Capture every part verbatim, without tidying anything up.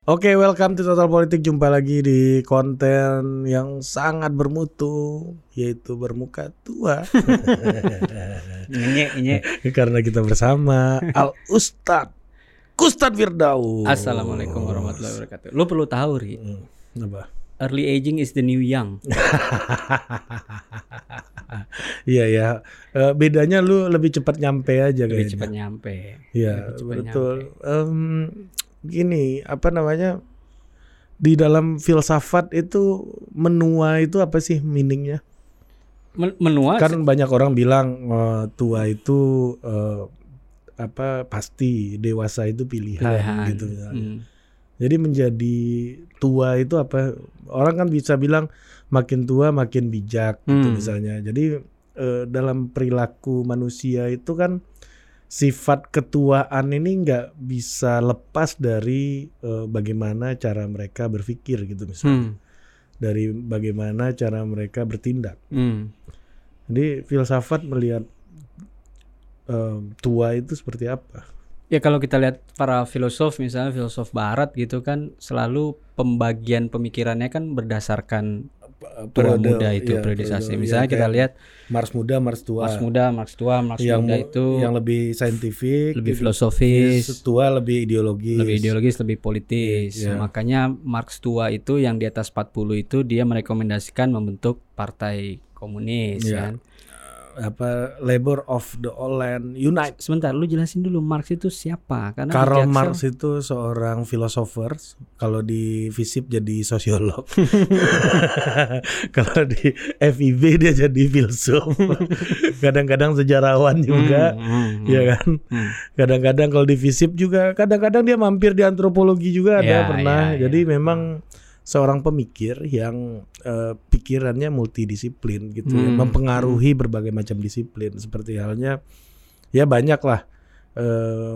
Oke, welcome to Total Politik. Jumpa lagi di konten yang sangat bermutu, yaitu bermuka tua. Nyek nyek. Karena kita bersama Al Ustad Ustad Firdaus. Assalamualaikum warahmatullahi wabarakatuh. Lu perlu tahu, Ri. Hmm, apa? Early aging is the new young. Iya ya. Uh, bedanya lu lebih cepat nyampe aja kayaknya. Lebih cepat nyampe. Iya, betul. Um, gini, apa namanya? Di dalam filsafat itu menua itu apa sih meaningnya? Men- menua Kan banyak orang bilang uh, tua itu uh, apa pasti, dewasa itu pilihan, pilihan. gitu. Hmm. Jadi menjadi tua itu apa? Orang kan bisa bilang makin tua makin bijak, gitu Hmm. misalnya. Jadi uh, dalam perilaku manusia itu kan sifat ketuaan ini nggak bisa lepas dari uh, bagaimana cara mereka berpikir, gitu misalnya. Hmm. Dari bagaimana cara mereka bertindak. Hmm. Jadi filsafat melihat um, tua itu seperti apa? Ya kalau kita lihat para filosof, misalnya filosof barat gitu kan, selalu pembagian pemikirannya kan berdasarkan tua Periode, muda itu, iya, periodisasi. periode, Misalnya iya, kita kayak lihat Marx muda, Marx tua. Marx muda, Marx tua, Marx yang muda mu- itu yang lebih saintifik, lebih gitu. filosofis, Tua lebih ideologis. lebih ideologis, lebih politis. Iya. Makanya Marx tua itu yang di atas empat puluh itu dia merekomendasikan membentuk partai komunis, Iya. kan. Apa Labor of the All Land Unite. Sebentar, lu jelasin dulu Marx itu siapa? Karena di Karl Jaksel- Marx itu seorang filosofer, kalau di FISIP jadi sosiolog. Kalau di F I B dia jadi filsuf. Kadang-kadang sejarawan juga. Hmm, hmm, hmm. Ya kan, Hmm. kadang-kadang kalau di FISIP juga, kadang-kadang dia mampir di antropologi juga ada Ya, pernah. ya, Jadi ya. memang seorang pemikir yang eh, pikirannya multidisiplin gitu, ya, Hmm, mempengaruhi berbagai macam disiplin. Seperti halnya, ya banyak lah eh,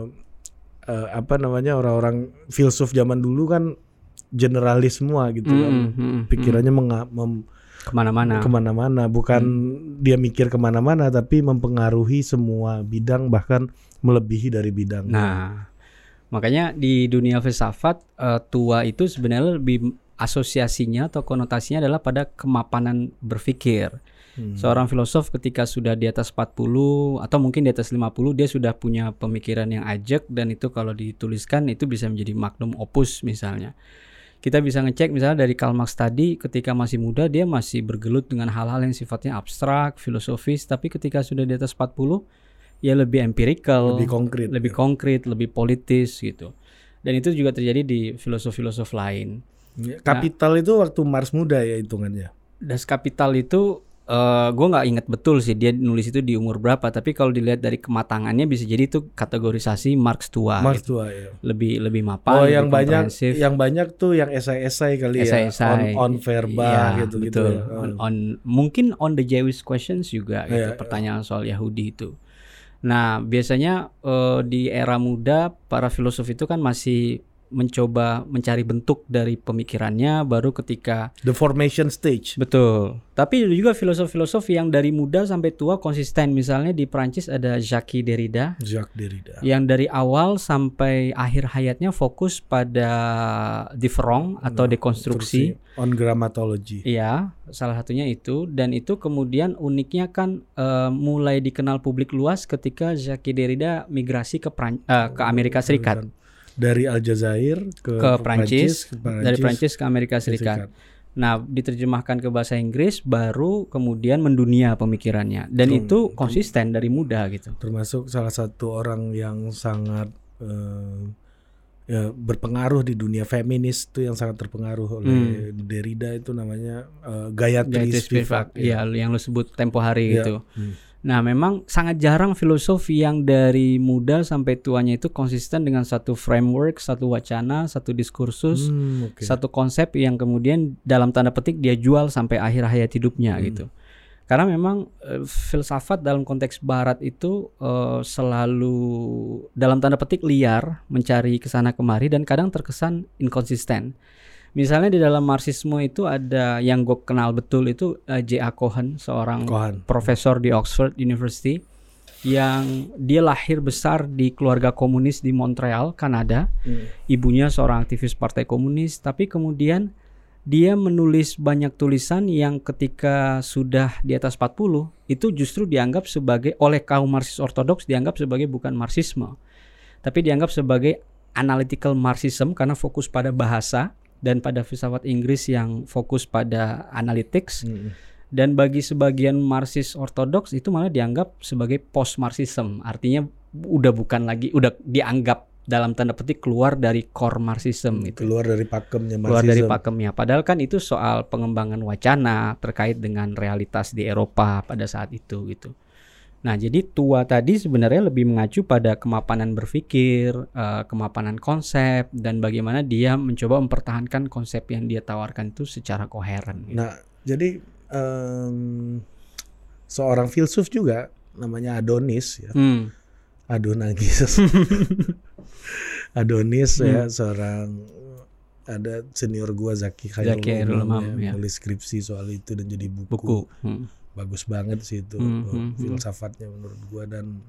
eh, apa namanya orang-orang filsuf zaman dulu kan generalis semua gitu Hmm, kan, hmm, hmm. pikirannya menga- mem- Kemana-mana. kemana-mana, bukan dia mikir kemana-mana, tapi mempengaruhi semua bidang, bahkan melebihi dari bidang. Nah, makanya di dunia filsafat eh, tua itu sebenarnya lebih asosiasinya atau konotasinya adalah pada kemapanan berpikir. Hmm. Seorang filosof ketika sudah di atas empat puluh atau mungkin di atas lima puluh dia sudah punya pemikiran yang ajak, dan itu kalau dituliskan itu bisa menjadi magnum opus misalnya. Kita bisa ngecek misalnya dari Karl Marx tadi, ketika masih muda dia masih bergelut dengan hal-hal yang sifatnya abstrak, filosofis, tapi ketika sudah di atas empat puluh ya lebih empirical, Lebih konkret, lebih ya. konkret, lebih politis gitu. Dan itu juga terjadi di filosof-filosof lain. Ya, Kapital itu waktu Marx muda ya hitungannya. Das Kapital itu uh, gue nggak ingat betul sih dia nulis itu di umur berapa, tapi kalau dilihat dari kematangannya bisa jadi itu kategorisasi Marx tua. Marx gitu. tua ya. Lebih lebih mapan, Oh, lebih yang banyak, komprehensif. yang banyak tuh yang esai-esai kali ya, Esai-esai. on, on verba Iya, gitu gitu. betul. Ya. On, on mungkin on the Jewish questions juga Iya, gitu, iya. pertanyaan soal Yahudi itu. Nah, biasanya eh, di era muda para filosof itu kan masih mencoba mencari bentuk dari pemikirannya, baru ketika The formation stage. betul. Tapi ada juga filosof-filosof yang dari muda sampai tua konsisten. Misalnya di Prancis ada Jacques Derrida Jacques Derrida. yang dari awal sampai akhir hayatnya fokus pada différent atau dekonstruksi. On grammatology. Iya, salah satunya itu. Dan itu kemudian uniknya kan eh, mulai dikenal publik luas ketika Jacques Derrida migrasi ke Pran- eh, ke Amerika Serikat, Dari Aljazair ke, ke Prancis, ke Prancis, dari Prancis ke Amerika Serikat. Nah, diterjemahkan ke bahasa Inggris, baru kemudian mendunia pemikirannya. Dan Betul. itu konsisten dari muda gitu. Termasuk salah satu orang yang sangat eh, ya, berpengaruh di dunia feminis, itu yang sangat terpengaruh oleh Derrida, itu namanya eh, Gayatri Gayatri Spivak. Spivak, ya, yang lo sebut tempo hari Ya. gitu. Hmm. Nah, memang sangat jarang filosof yang dari muda sampai tuanya itu konsisten dengan satu framework, satu wacana, satu diskursus, Hmm, oke. satu konsep yang kemudian dalam tanda petik dia jual sampai akhir hayat hidupnya Hmm. gitu. Karena memang eh, filsafat dalam konteks barat itu eh, selalu dalam tanda petik liar, mencari kesana kemari, dan kadang terkesan inkonsisten. Misalnya di dalam Marxisme itu ada yang gue kenal betul itu uh, J A Cohen, seorang Cohen. profesor di Oxford University. yang dia lahir besar di keluarga komunis di Montreal, Kanada. Hmm. Ibunya seorang aktivis partai komunis, tapi kemudian dia menulis banyak tulisan yang ketika sudah di atas empat puluh itu justru dianggap sebagai, oleh kaum Marxis ortodoks dianggap sebagai bukan Marxisme, tapi dianggap sebagai analytical Marxism karena fokus pada bahasa dan pada filsafat Inggris yang fokus pada analytics. Hmm. Dan bagi sebagian Marxis ortodoks itu malah dianggap sebagai post Marxism, artinya udah bukan lagi, udah dianggap dalam tanda petik keluar dari core Marxism itu. Keluar dari pakemnya Marxism. Keluar dari pakemnya. Padahal kan itu soal pengembangan wacana terkait dengan realitas di Eropa pada saat itu gitu. Nah, jadi tua tadi sebenarnya lebih mengacu pada kemapanan berpikir, uh, kemapanan konsep, dan bagaimana dia mencoba mempertahankan konsep yang dia tawarkan itu secara koheren. Gitu. Nah, jadi um, seorang filsuf juga namanya Adonis ya. Hmm. Adonagis. Adonis hmm. ya, seorang, ada senior gua Zaki Khairul Umam ya, nulis skripsi soal itu dan jadi buku. buku. Hmm. Bagus banget sih itu hmm, hmm, filsafatnya menurut gua. Dan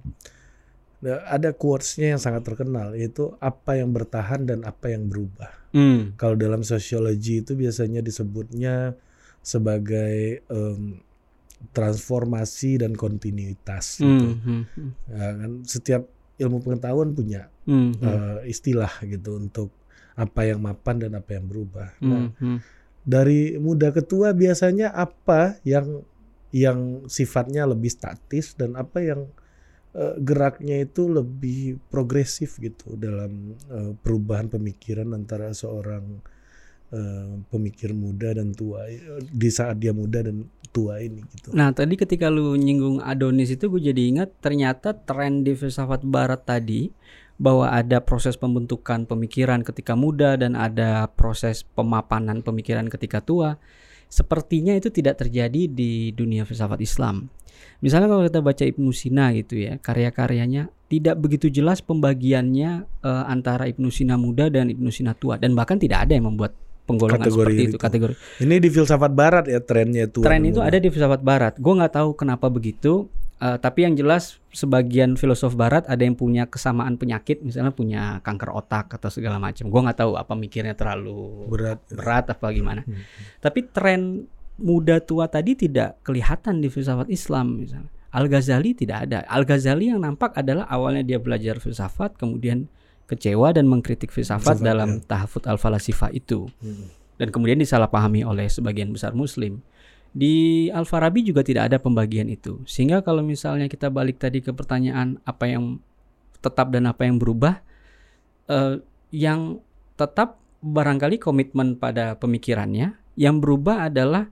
ada quotes-nya yang sangat terkenal, yaitu apa yang bertahan dan apa yang berubah. Hmm. Kalau dalam sosiologi itu biasanya disebutnya sebagai um, transformasi dan kontinuitas. Hmm, gitu. hmm, hmm. Ya, kan setiap ilmu pengetahuan punya hmm, uh, istilah gitu untuk apa yang mapan dan apa yang berubah. Hmm, nah, hmm. dari muda ke tua biasanya apa yang yang sifatnya lebih statis dan apa yang uh, geraknya itu lebih progresif gitu dalam uh, perubahan pemikiran antara seorang uh, pemikir muda dan tua di saat dia muda dan tua ini gitu. Nah, tadi ketika lu nyinggung Adonis itu gue jadi ingat ternyata tren di filsafat barat tadi bahwa ada proses pembentukan pemikiran ketika muda dan ada proses pemapanan pemikiran ketika tua. Sepertinya itu tidak terjadi di dunia filsafat Islam. Misalnya kalau kita baca Ibnu Sina gitu ya, karya-karyanya tidak begitu jelas pembagiannya uh, antara Ibnu Sina muda dan Ibnu Sina tua, dan bahkan tidak ada yang membuat penggolongan kategori seperti itu, itu kategori. Ini di filsafat barat ya trennya itu. Tren itu ada di filsafat barat. Gue nggak tahu kenapa begitu. Uh, tapi yang jelas sebagian filosof barat ada yang punya kesamaan penyakit, misalnya punya kanker otak atau segala macam. Gue nggak tahu apa mikirnya terlalu berat, berat apa gimana. Hmm. Tapi tren muda tua tadi tidak kelihatan di filsafat Islam misalnya. Al-Ghazali tidak ada. Al-Ghazali yang nampak adalah awalnya dia belajar filsafat, kemudian kecewa dan mengkritik filsafat dalam ya. Tahafut al-Falasifah itu. Hmm. Dan kemudian disalahpahami oleh sebagian besar Muslim. Di Al-Farabi juga tidak ada pembagian itu. Sehingga kalau misalnya kita balik tadi ke pertanyaan apa yang tetap dan apa yang berubah, eh, yang tetap barangkali komitmen pada pemikirannya, yang berubah adalah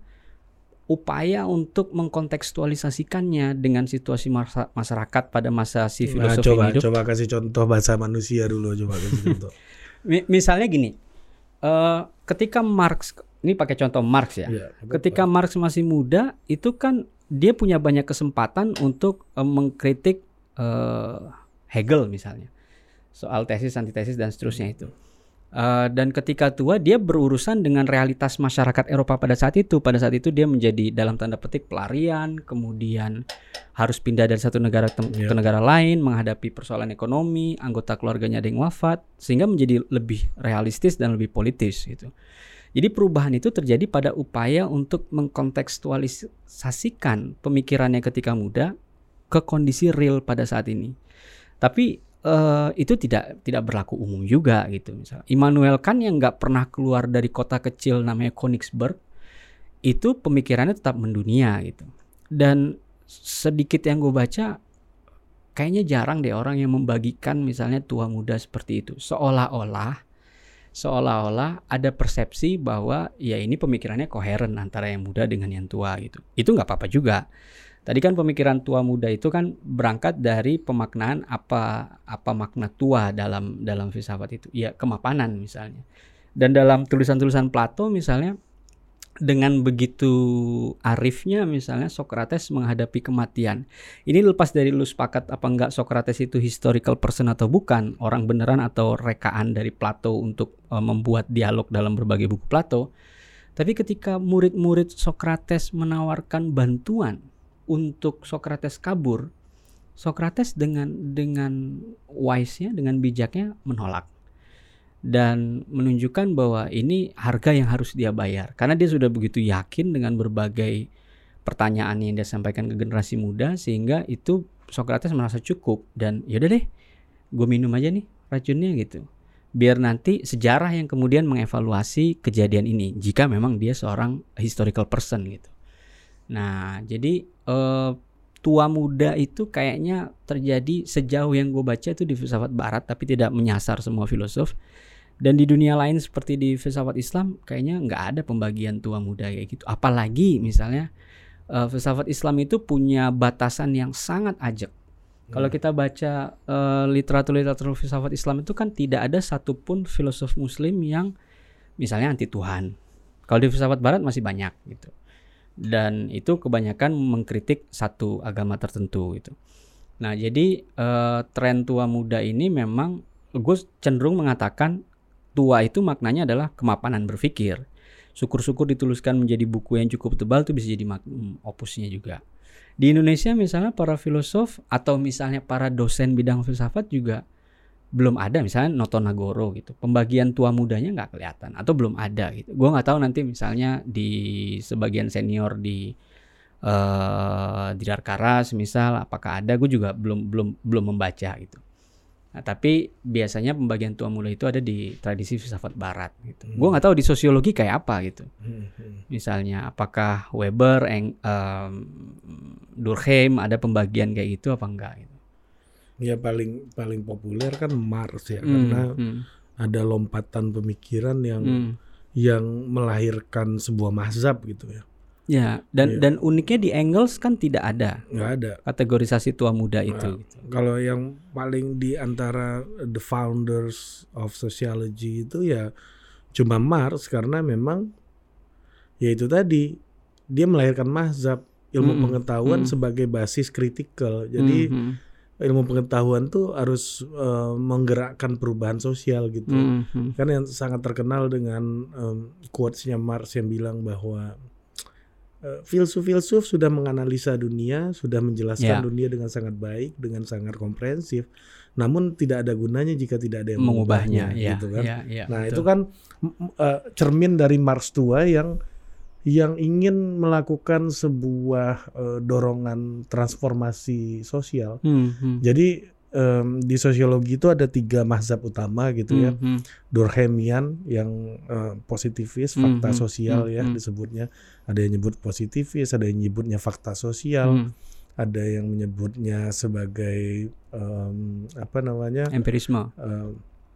upaya untuk mengkontekstualisasikannya dengan situasi masyarakat pada masa si filosofi nah, coba, hidup. Coba kasih contoh bahasa manusia dulu, coba kasih contoh. Misalnya gini, uh, ketika Marx, ini pakai contoh Marx ya. Ya, ketika apa? Marx masih muda, itu kan dia punya banyak kesempatan untuk uh, mengkritik uh, Hegel misalnya, soal tesis, antitesis dan seterusnya itu. Uh, dan ketika tua dia berurusan dengan realitas masyarakat Eropa pada saat itu. Pada saat itu dia menjadi dalam tanda petik pelarian, kemudian harus pindah dari satu negara ke yeah. negara lain, menghadapi persoalan ekonomi, anggota keluarganya ada yang wafat, sehingga menjadi lebih realistis dan lebih politis gitu. Jadi perubahan itu terjadi pada upaya untuk mengkontekstualisasikan pemikirannya ketika muda ke kondisi real pada saat ini. Tapi Uh, itu tidak tidak berlaku umum juga gitu. Misalnya Immanuel Kant yang nggak pernah keluar dari kota kecil namanya Königsberg, itu pemikirannya tetap mendunia gitu. Dan sedikit yang gue baca, kayaknya jarang deh orang yang membagikan misalnya tua muda seperti itu. Seolah-olah seolah-olah ada persepsi bahwa ya ini pemikirannya koheren antara yang muda dengan yang tua gitu. Itu nggak apa-apa juga. Tadi kan pemikiran tua muda itu kan berangkat dari pemaknaan apa apa makna tua dalam dalam filsafat itu. Ya kemapanan misalnya. Dan dalam tulisan-tulisan Plato misalnya dengan begitu arifnya misalnya Socrates menghadapi kematian. Ini lepas dari lu sepakat apa enggak Socrates itu historical person atau bukan, orang beneran atau rekaan dari Plato untuk uh, membuat dialog dalam berbagai buku Plato. Tapi ketika murid-murid Socrates menawarkan bantuan untuk Socrates kabur, Sokrates dengan dengan wise-nya, dengan bijaknya menolak dan menunjukkan bahwa ini harga yang harus dia bayar karena dia sudah begitu yakin dengan berbagai pertanyaan yang dia sampaikan ke generasi muda, sehingga itu Sokrates merasa cukup dan yaudah deh, gue minum aja nih racunnya gitu. Biar nanti sejarah yang kemudian mengevaluasi kejadian ini jika memang dia seorang historical person gitu. Nah, jadi eh, tua muda itu kayaknya terjadi sejauh yang gue baca itu di filsafat barat, tapi tidak menyasar semua filosof. Dan di dunia lain seperti di filsafat Islam kayaknya nggak ada pembagian tua muda kayak gitu. Apalagi misalnya uh, filsafat Islam itu punya batasan yang sangat ajak. Hmm. Kalau kita baca uh, literatur-literatur filsafat Islam itu kan tidak ada satupun filosof Muslim yang misalnya anti Tuhan. Kalau di filsafat barat masih banyak gitu. Dan itu kebanyakan mengkritik satu agama tertentu gitu. Nah, jadi uh, tren tua muda ini memang gue cenderung mengatakan tua itu maknanya adalah kemapanan berpikir. Syukur-syukur dituliskan menjadi buku yang cukup tebal itu bisa jadi magnum opusnya juga. Di Indonesia misalnya para filosof atau misalnya para dosen bidang filsafat juga belum ada, misalnya Noto Nagoro gitu. Pembagian tua mudanya nggak kelihatan atau belum ada gitu. Gue nggak tahu nanti misalnya di sebagian senior di uh, di Darkaras misal apakah ada, gue juga belum belum belum membaca gitu. Nah, tapi biasanya pembagian tua muda itu ada di tradisi filsafat barat gitu. Hmm. Gue nggak tahu di sosiologi kayak apa gitu. Hmm. Misalnya apakah Weber, Eng, um, Durkheim ada pembagian kayak gitu apa enggak gitu. Ya paling paling populer kan Marx ya, hmm, karena hmm. ada lompatan pemikiran yang hmm. yang melahirkan sebuah mazhab gitu ya. Ya, dan ya. Dan uniknya di Engels kan tidak ada. Nggak ada kategorisasi tua muda nah, itu. Gitu. Kalau yang paling di antara the founders of sociology itu ya cuma Marx, karena memang ya itu tadi dia melahirkan mazhab ilmu hmm. pengetahuan hmm. sebagai basis kritikal. Jadi hmm. ilmu pengetahuan tuh harus uh, menggerakkan perubahan sosial gitu. Mm-hmm. Kan yang sangat terkenal dengan um, quotes-nya Marx yang bilang bahwa uh, filsuf-filsuf sudah menganalisa dunia, sudah menjelaskan yeah. dunia dengan sangat baik, dengan sangat komprehensif. Namun tidak ada gunanya jika tidak ada yang mengubahnya, yeah, gitu kan. Yeah, yeah, nah, betul. Itu kan uh, cermin dari Marx tua yang yang ingin melakukan sebuah uh, dorongan transformasi sosial. Hmm, hmm. Jadi um, di sosiologi itu ada tiga mazhab utama gitu hmm, ya. Hmm. Durkheimian yang uh, positivis, fakta hmm, sosial hmm, ya hmm. disebutnya. Ada yang nyebut positivis, ada yang nyebutnya fakta sosial, hmm. ada yang menyebutnya sebagai um, apa namanya? Empirisme. Uh,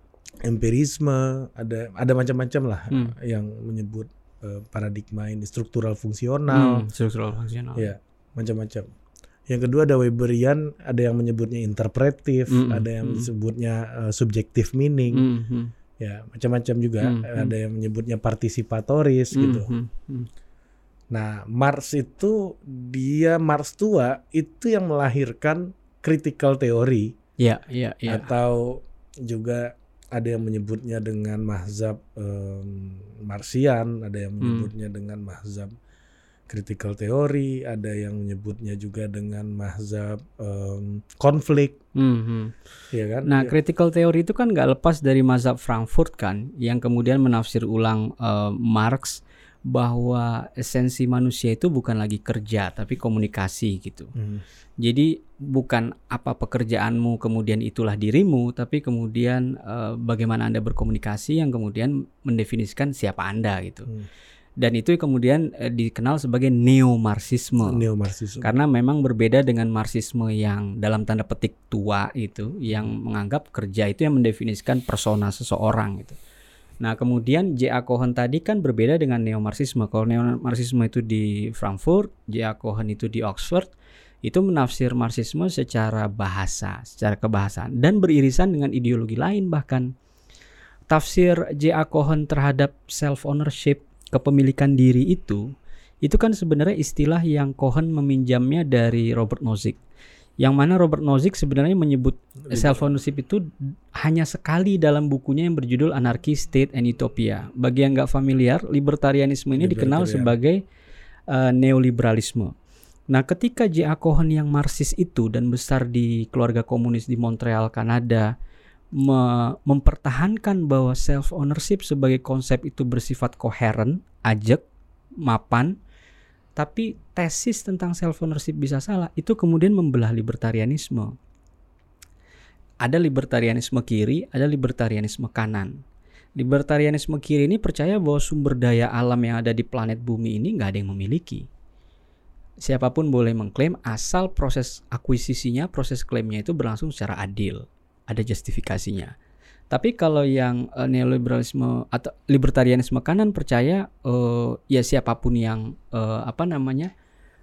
empirisme, ada ada macam-macam lah hmm. yang menyebut paradigma ini struktural fungsional, hmm, struktural fungsional, ya macam-macam. Yang kedua ada Weberian, ada yang menyebutnya interpretif, mm, ada yang mm. disebutnya uh, subjective meaning, mm, mm. ya macam-macam juga. Mm, ada yang menyebutnya partisipatoris mm, gitu. Mm, mm. Nah, Marx itu dia Marx tua itu yang melahirkan critical theory, ya, ya, ya. Atau juga ada yang menyebutnya dengan mazhab um, Marxian, ada yang menyebutnya hmm. dengan mazhab critical theory, ada yang menyebutnya juga dengan mazhab um, konflik, hmm. ya kan? Nah, ya. Critical theory itu kan nggak lepas dari mazhab Frankfurt kan, yang kemudian menafsir ulang uh, Marx bahwa esensi manusia itu bukan lagi kerja tapi komunikasi gitu. Hmm. Jadi bukan apa pekerjaanmu kemudian itulah dirimu, tapi kemudian uh, bagaimana Anda berkomunikasi yang kemudian mendefinisikan siapa Anda gitu. Hmm. Dan itu kemudian uh, dikenal sebagai neo-marxisme. Neo-marxisme. Karena memang berbeda dengan marxisme yang dalam tanda petik tua itu, yang menganggap kerja itu yang mendefinisikan persona seseorang gitu. Nah, kemudian J A Cohen tadi kan berbeda dengan neo-marxisme. Kalau neo-marxisme itu di Frankfurt, J A Cohen itu di Oxford, itu menafsir marxisme secara bahasa, secara kebahasaan, dan beririsan dengan ideologi lain bahkan. Tafsir J A Cohen terhadap self-ownership, kepemilikan diri itu, itu kan sebenarnya istilah yang Cohen meminjamnya dari Robert Nozick. Yang mana Robert Nozick sebenarnya menyebut self-ownership itu hanya sekali dalam bukunya yang berjudul Anarchy, State and Utopia. Bagi yang nggak familiar, libertarianisme ini dikenal sebagai uh, neoliberalisme. Nah, ketika J A. Cohen yang Marxis itu dan besar di keluarga komunis di Montreal, Kanada, me- mempertahankan bahwa self ownership sebagai konsep itu bersifat koheren, ajek, mapan, tapi tesis tentang self ownership bisa salah, itu kemudian membelah libertarianisme. Ada libertarianisme kiri, ada libertarianisme kanan. Libertarianisme kiri ini percaya bahwa sumber daya alam yang ada di planet bumi ini nggak ada yang memiliki. Siapapun boleh mengklaim asal proses akuisisinya, proses klaimnya itu berlangsung secara adil, ada justifikasinya. Tapi kalau yang uh, neoliberalisme atau libertarianisme kanan percaya uh, ya siapapun yang uh, apa namanya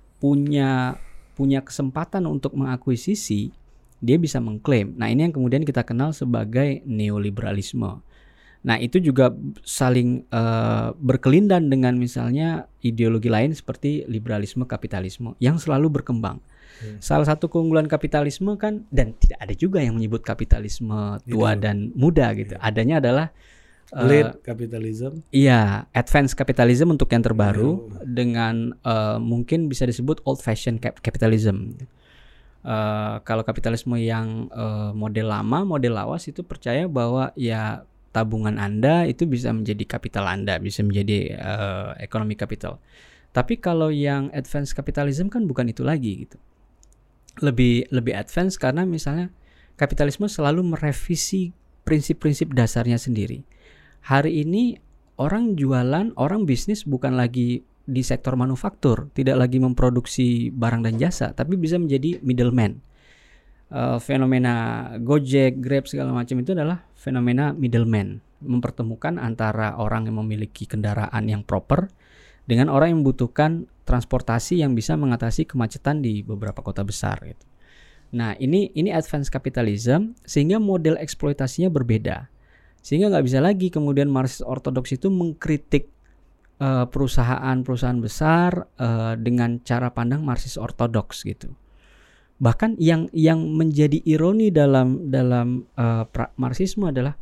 punya punya kesempatan untuk mengakuisisi, dia bisa mengklaim. Nah, ini yang kemudian kita kenal sebagai neoliberalisme. Nah, itu juga saling uh, berkelindan dengan misalnya ideologi lain seperti liberalisme kapitalisme yang selalu berkembang. Hmm. Salah satu keunggulan kapitalisme kan, dan tidak ada juga yang menyebut kapitalisme tua gitu. Dan muda gitu. Yeah. Adanya adalah uh, late capitalism. Iya, advanced capitalism untuk yang terbaru yeah. dengan uh, mungkin bisa disebut old fashioned capitalism. Uh, kalau kapitalisme yang uh, model lama, model lawas itu percaya bahwa ya tabungan Anda itu bisa menjadi kapital Anda, bisa menjadi uh, ekonomi kapital. Tapi kalau yang advanced capitalism kan bukan itu lagi gitu. Lebih lebih advance karena misalnya kapitalisme selalu merevisi prinsip-prinsip dasarnya sendiri. Hari ini orang jualan, orang bisnis bukan lagi di sektor manufaktur, tidak lagi memproduksi barang dan jasa, tapi bisa menjadi middleman. Uh, fenomena Gojek, Grab segala macam itu adalah fenomena middleman, mempertemukan antara orang yang memiliki kendaraan yang proper dengan orang yang membutuhkan transportasi yang bisa mengatasi kemacetan di beberapa kota besar gitu. Nah, ini ini advanced capitalism sehingga model eksploitasinya berbeda. Sehingga nggak bisa lagi kemudian Marxis ortodoks itu mengkritik uh, perusahaan-perusahaan besar uh, dengan cara pandang Marxis ortodoks gitu. Bahkan yang yang menjadi ironi dalam dalam uh, pra- Marxisme adalah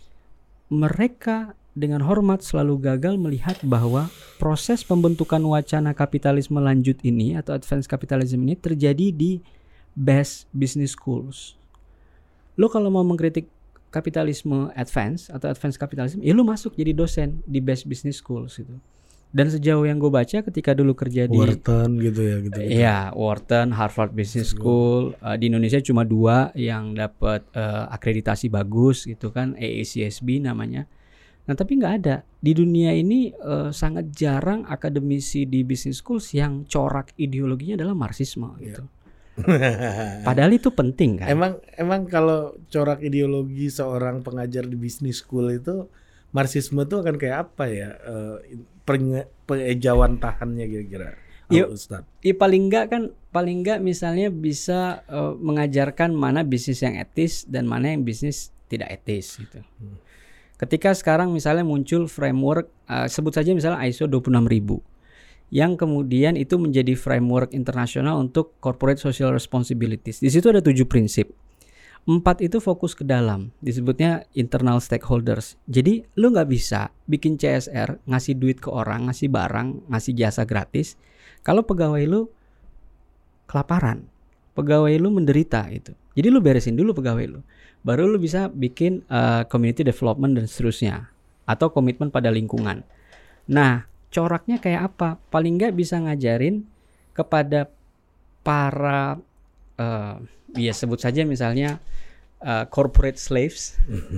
mereka dengan hormat selalu gagal melihat bahwa proses pembentukan wacana kapitalisme lanjut ini atau advanced capitalism ini terjadi di best business schools. Lo kalau mau mengkritik kapitalisme advance atau advanced capitalism, ya lo masuk jadi dosen di best business schools gitu. Dan sejauh yang gue baca ketika dulu kerja di Wharton gitu ya gitu. Iya, Wharton, Harvard Business School. Uh, di Indonesia cuma dua yang dapat uh, akreditasi bagus gitu kan, A A C S B namanya. Nah, tapi nggak ada. Di dunia ini uh, sangat jarang akademisi di business schools yang corak ideologinya adalah Marxisme gitu. Yeah. Padahal itu penting kan. Emang emang kalau corak ideologi seorang pengajar di business school itu Marxisme itu akan kayak apa ya? Uh, pengejawan tahannya kira-kira. Ya, ya paling enggak kan paling enggak misalnya bisa uh, mengajarkan mana bisnis yang etis dan mana yang bisnis tidak etis gitu. Hmm. Ketika sekarang misalnya muncul framework uh, sebut saja misalnya I S O dua puluh enam ribu yang kemudian itu menjadi framework internasional untuk corporate social responsibilities. Di situ ada tujuh prinsip. Empat itu fokus ke dalam, disebutnya internal stakeholders. Jadi lu nggak bisa bikin C S R, ngasih duit ke orang, ngasih barang, ngasih jasa gratis, kalau pegawai lu kelaparan, pegawai lu menderita itu. Jadi lu beresin dulu pegawai lu, baru lu bisa bikin uh, community development dan seterusnya, atau komitmen pada lingkungan. Nah, coraknya kayak apa? Paling nggak bisa ngajarin kepada para uh, ya sebut saja misalnya uh, corporate slaves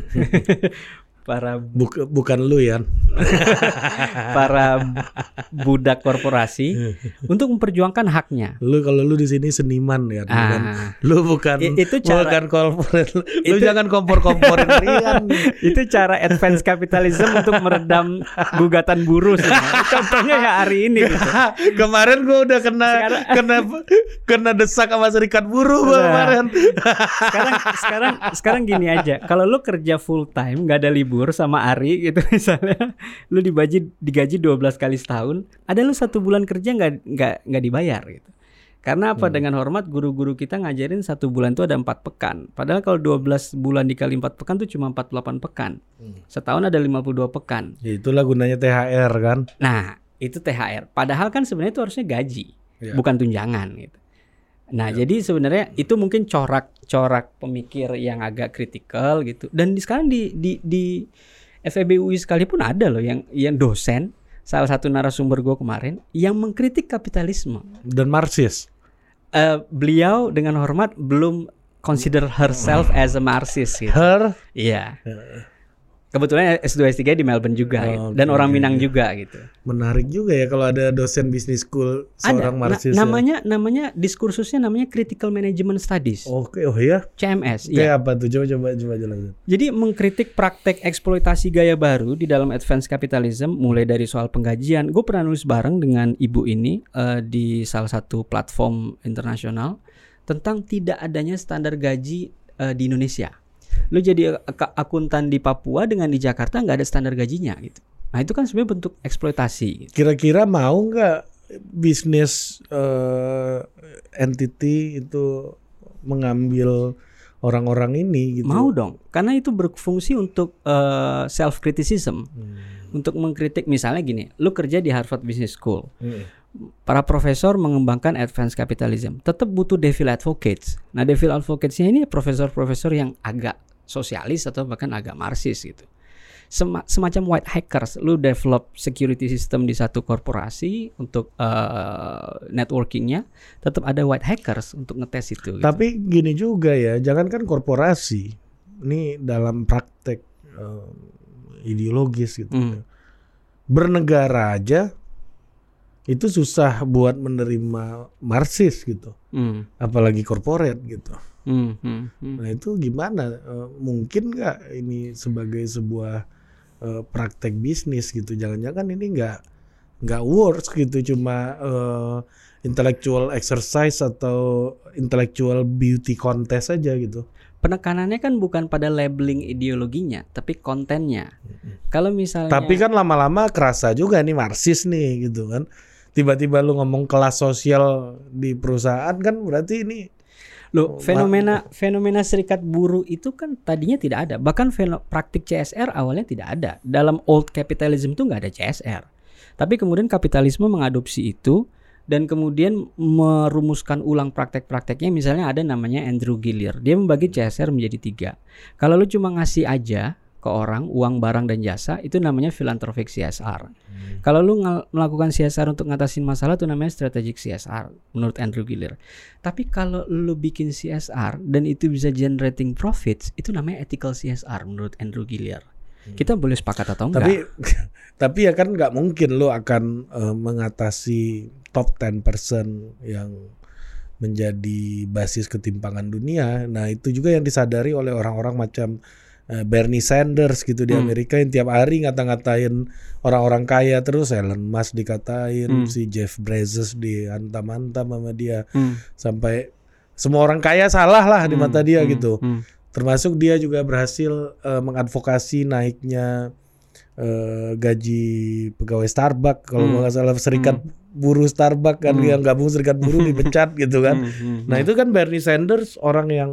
para Buk, bukan lu ya para budak korporasi untuk memperjuangkan haknya. Lu kalau lu di sini seniman ya, ah, kan? Lu bukan I, itu cara, bukan corporate. Lu itu, jangan kompor-komporin rian. Itu cara advance capitalism untuk meredam gugatan buruh. Contohnya ya hari ini. Gitu. Kemarin gua udah kena sekarang, kena kena desak sama serikat buruh gua nah, kemarin. Sekarang sekarang sekarang gini aja. Kalau lu kerja full time nggak ada libur sama Ari gitu misalnya, lu digaji digaji dua belas kali setahun, ada lu satu bulan kerja nggak nggak nggak dibayar gitu. Karena apa? Hmm. Dengan hormat guru-guru kita ngajarin satu bulan itu ada empat pekan. Padahal kalau dua belas bulan dikali empat pekan itu cuma empat puluh delapan pekan. Hmm. Setahun ada lima puluh dua pekan. Ya, itulah gunanya T H R kan. Nah, itu T H R. Padahal kan sebenarnya itu harusnya gaji. yeah. bukan tunjangan gitu. Nah, yeah. jadi sebenarnya itu mungkin corak-corak pemikir yang agak kritikal gitu. Dan di sekarang di di di F E B U I sekalipun ada loh yang yang dosen, salah satu narasumber gue kemarin yang mengkritik kapitalisme dan Marxis. Uh, beliau dengan hormat belum consider herself as a Marxist gitu. Her? Iya. Kebetulan S dua S tiga di Melbourne juga oh, gitu. Okay. Dan orang Minang juga gitu. Menarik juga ya kalau ada dosen business school seorang ada. Marxis. Na- namanya ya. namanya diskursusnya namanya Critical Management Studies. Oke, okay. oh ya. C M S. Kayak ya. apa tuh? Coba coba coba jelasin. Jadi mengkritik praktek eksploitasi gaya baru di dalam advanced capitalism, mulai dari soal penggajian. Gue pernah nulis bareng dengan ibu ini uh, di salah satu platform internasional tentang tidak adanya standar gaji uh, di Indonesia. Lu jadi akuntan di Papua dengan di Jakarta nggak ada standar gajinya gitu. Nah itu kan sebenarnya bentuk eksploitasi. Gitu. Kira-kira mau nggak bisnis uh, entity itu mengambil orang-orang ini gitu? Mau dong, karena itu berfungsi untuk uh, self criticism, hmm. untuk mengkritik. Misalnya gini, lu kerja di Harvard Business School. Hmm. Para profesor mengembangkan advanced capitalism, tetap butuh devil advocates. Nah, devil advocates-nya ini profesor-profesor yang agak sosialis atau bahkan agak Marxis gitu. Sem- semacam white hackers. Lu develop security system di satu korporasi untuk uh, networkingnya, tetap ada white hackers untuk ngetes itu. Gitu. Tapi gini juga ya, jangankan korporasi, ini dalam praktek uh, ideologis gitu. Hmm. Bernegara aja itu susah buat menerima Marxis gitu, hmm. apalagi korporat gitu. Hmm, hmm, hmm. Nah itu gimana? Uh, mungkin nggak ini sebagai sebuah uh, praktek bisnis gitu? Jangan-jangan ini nggak nggak works gitu, cuma uh, intellectual exercise atau intellectual beauty contest aja gitu. Penekanannya kan bukan pada labeling ideologinya, tapi kontennya. Hmm. Kalau misalnya. Tapi kan lama-lama kerasa juga nih Marxis nih gitu kan. Tiba-tiba lu ngomong kelas sosial di perusahaan kan berarti ini loh, fenomena fenomena serikat buruh itu kan tadinya tidak ada. Bahkan feno, praktik C S R awalnya tidak ada. Dalam old capitalism itu nggak ada C S R. Tapi kemudian kapitalisme mengadopsi itu dan kemudian merumuskan ulang praktek-prakteknya. Misalnya ada namanya Andrew Gillier. Dia membagi C S R menjadi tiga. Kalau lu cuma ngasih aja ke orang uang, barang dan jasa, itu namanya philanthropic C S R. Hmm. Kalau lu ng- melakukan C S R untuk ngatasin masalah, itu namanya strategic C S R menurut Andrew Gillier. Tapi kalau lu bikin C S R dan itu bisa generating profits, itu namanya ethical C S R menurut Andrew Gillier. Hmm. Kita boleh sepakat atau enggak? Tapi tapi ya kan nggak mungkin lu akan uh, mengatasi top sepuluh persen yang menjadi basis ketimpangan dunia. Nah itu juga yang disadari oleh orang-orang macam Bernie Sanders gitu di Amerika hmm. yang tiap hari ngata-ngatain orang-orang kaya terus. Elon Musk dikatain, hmm. si Jeff Bezos dihantam-hantam sama dia, hmm. sampai semua orang kaya salah lah hmm. di mata dia hmm. gitu. Hmm. Termasuk dia juga berhasil uh, mengadvokasi naiknya uh, gaji pegawai Starbucks. Kalau hmm. nggak salah serikat hmm. buruh Starbucks kan hmm. yang gabung serikat buruh dipecat gitu kan. Hmm. Nah itu kan Bernie Sanders orang yang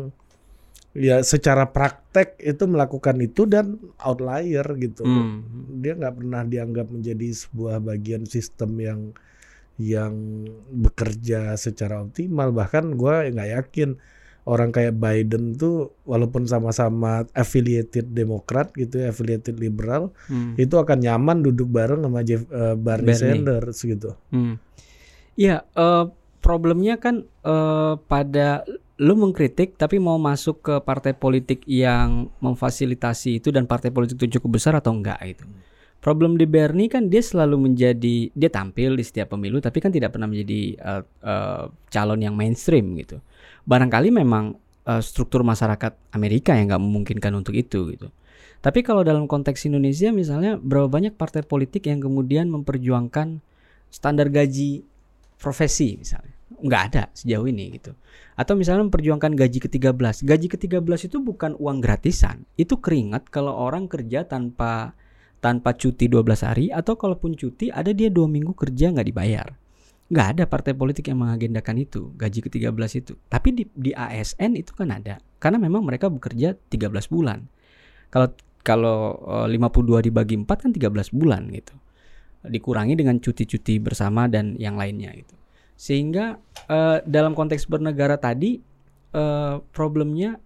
ya secara praktek itu melakukan itu dan outlier gitu. Hmm. Dia nggak pernah dianggap menjadi sebuah bagian sistem yang yang bekerja secara optimal. Bahkan gue nggak yakin orang kayak Biden tuh walaupun sama-sama affiliated Demokrat gitu, affiliated liberal, hmm. itu akan nyaman duduk bareng sama Jeff, uh, Bernie, Bernie Sanders gitu. Hmm. Ya uh, problemnya kan uh, pada lu mengkritik tapi mau masuk ke partai politik yang memfasilitasi itu dan partai politik itu cukup besar atau enggak itu. Problem di Bernie kan dia selalu menjadi, dia tampil di setiap pemilu tapi kan tidak pernah menjadi uh, uh, calon yang mainstream gitu. Barangkali memang uh, struktur masyarakat Amerika yang enggak memungkinkan untuk itu gitu. Tapi kalau dalam konteks Indonesia misalnya berapa banyak partai politik yang kemudian memperjuangkan standar gaji profesi misalnya. Nggak ada sejauh ini gitu. Atau misalnya memperjuangkan gaji ke tiga belas. Gaji ke tiga belas itu bukan uang gratisan. Itu keringat kalau orang kerja tanpa tanpa cuti dua belas hari. Atau kalaupun cuti ada dia dua minggu kerja nggak dibayar. Nggak ada partai politik yang mengagendakan itu, gaji ke tiga belas itu. Tapi di, di A S N itu kan ada. Karena memang mereka bekerja tiga belas bulan. Kalau kalau lima puluh dua dibagi empat kan tiga belas bulan gitu. Dikurangi dengan cuti-cuti bersama dan yang lainnya gitu. Sehingga uh, dalam konteks bernegara tadi uh, problemnya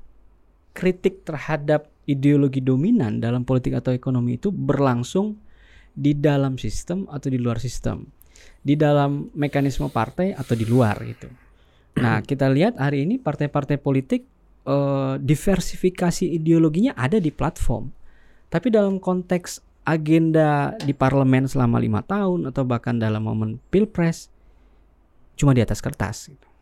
kritik terhadap ideologi dominan dalam politik atau ekonomi itu berlangsung di dalam sistem atau di luar sistem, di dalam mekanisme partai atau di luar gitu. Nah, kita lihat hari ini partai-partai politik eh, diversifikasi ideologinya ada di platform, tapi dalam konteks agenda di parlemen selama lima tahun atau bahkan dalam momen pilpres cuma di atas kertas. Gitu.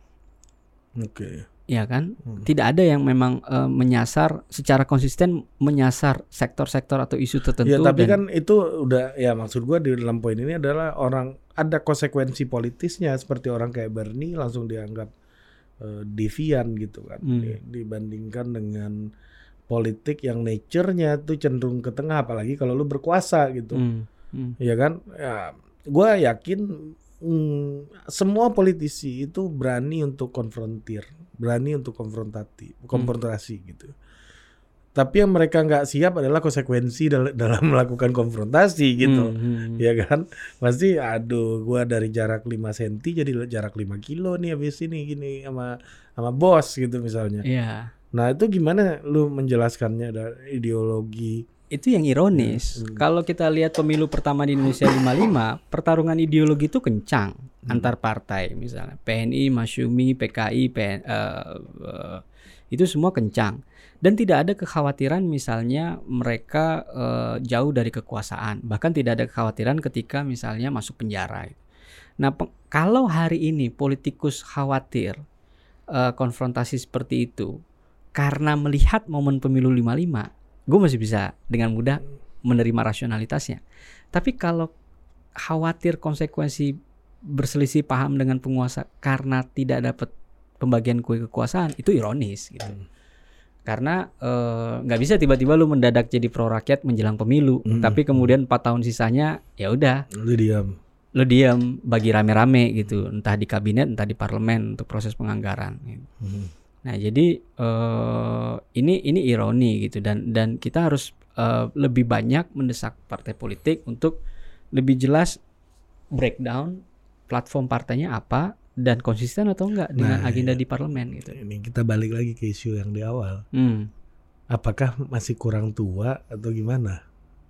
Oke. Okay. Ya kan, hmm. tidak ada yang memang uh, menyasar secara konsisten menyasar sektor-sektor atau isu tertentu. Ya tapi dan, kan itu udah ya maksud gue di dalam poin ini adalah orang ada konsekuensi politisnya seperti orang kayak Bernie langsung dianggap uh, devian gitu kan hmm. dibandingkan dengan politik yang nature-nya tuh cenderung ke tengah apalagi kalau lu berkuasa gitu, hmm. Hmm. ya kan? Ya, gue yakin. Hmm, semua politisi itu berani untuk konfrontir, berani untuk konfrontasi, konfrontasi hmm. gitu. Tapi yang mereka nggak siap adalah konsekuensi dal- dalam melakukan konfrontasi gitu, hmm. ya kan? Pasti, aduh, gua dari jarak lima sentimeter jadi jarak lima kilo nih habis ini gini sama sama bos gitu misalnya. Yeah. Nah itu gimana lu menjelaskannya dari ideologi? Itu yang ironis. Hmm. Kalau kita lihat pemilu pertama di Indonesia lima puluh lima, pertarungan ideologi itu kencang hmm. antar partai, misalnya P N I, Masyumi, P K I, P N, uh, uh, itu semua kencang. Dan tidak ada kekhawatiran misalnya mereka uh, jauh dari kekuasaan. Bahkan tidak ada kekhawatiran ketika misalnya masuk penjara. Nah, pe- kalau hari ini politikus khawatir uh, konfrontasi seperti itu karena melihat momen pemilu lima puluh lima, gue masih bisa dengan mudah menerima rasionalitasnya. Tapi kalau khawatir konsekuensi berselisih paham dengan penguasa karena tidak dapat pembagian kue kekuasaan, itu ironis gitu. Hmm. Karena nggak e, bisa tiba-tiba lu mendadak jadi pro rakyat menjelang pemilu, hmm. tapi kemudian empat tahun sisanya ya udah, lu diam, lu diam bagi rame-rame gitu, entah di kabinet, entah di parlemen untuk proses penganggaran. Gitu. Hmm. Nah, jadi uh, ini ini ironi gitu dan dan kita harus uh, lebih banyak mendesak partai politik untuk lebih jelas breakdown platform partainya apa dan konsisten atau enggak dengan nah, agenda ya. Di parlemen gitu. Ini kita balik lagi ke isu yang di awal. Hmm. Apakah masih kurang tua atau gimana?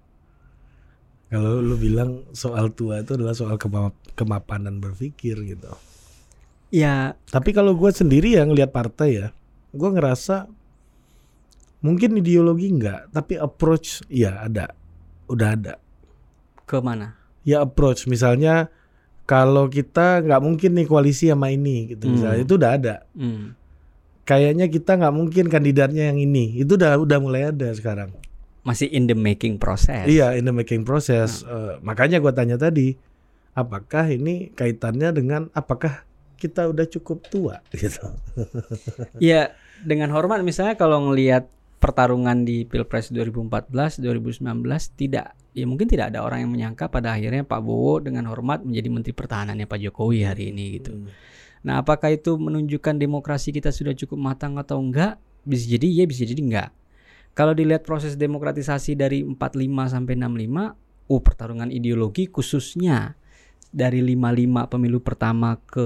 Kalau lu bilang soal tua itu adalah soal kemap- kemapanan berpikir gitu. Ya, tapi kalau gue sendiri ya ngelihat partai ya, gue ngerasa mungkin ideologi enggak, tapi approach ya ada, udah ada. Ke mana? Ya approach, misalnya kalau kita nggak mungkin nih koalisi sama ini, gitu hmm. misalnya itu udah ada. Hmm. Kayaknya kita nggak mungkin kandidatnya yang ini, itu udah udah mulai ada sekarang. Masih in the making process. Iya, in the making process. Hmm. Uh, makanya gue tanya tadi, apakah ini kaitannya dengan apakah kita udah cukup tua gitu. Ya, dengan hormat misalnya kalau ngelihat pertarungan di Pilpres dua ribu empat belas, dua ribu sembilan belas tidak ya mungkin tidak ada orang yang menyangka pada akhirnya Pak Bowo dengan hormat menjadi Menteri Pertahanannya Pak Jokowi hari ini gitu. Hmm. Nah, apakah itu menunjukkan demokrasi kita sudah cukup matang atau enggak? Bisa jadi iya, bisa jadi enggak. Kalau dilihat proses demokratisasi dari empat puluh lima sampai enam puluh lima, oh pertarungan ideologi khususnya dari lima puluh lima pemilu pertama ke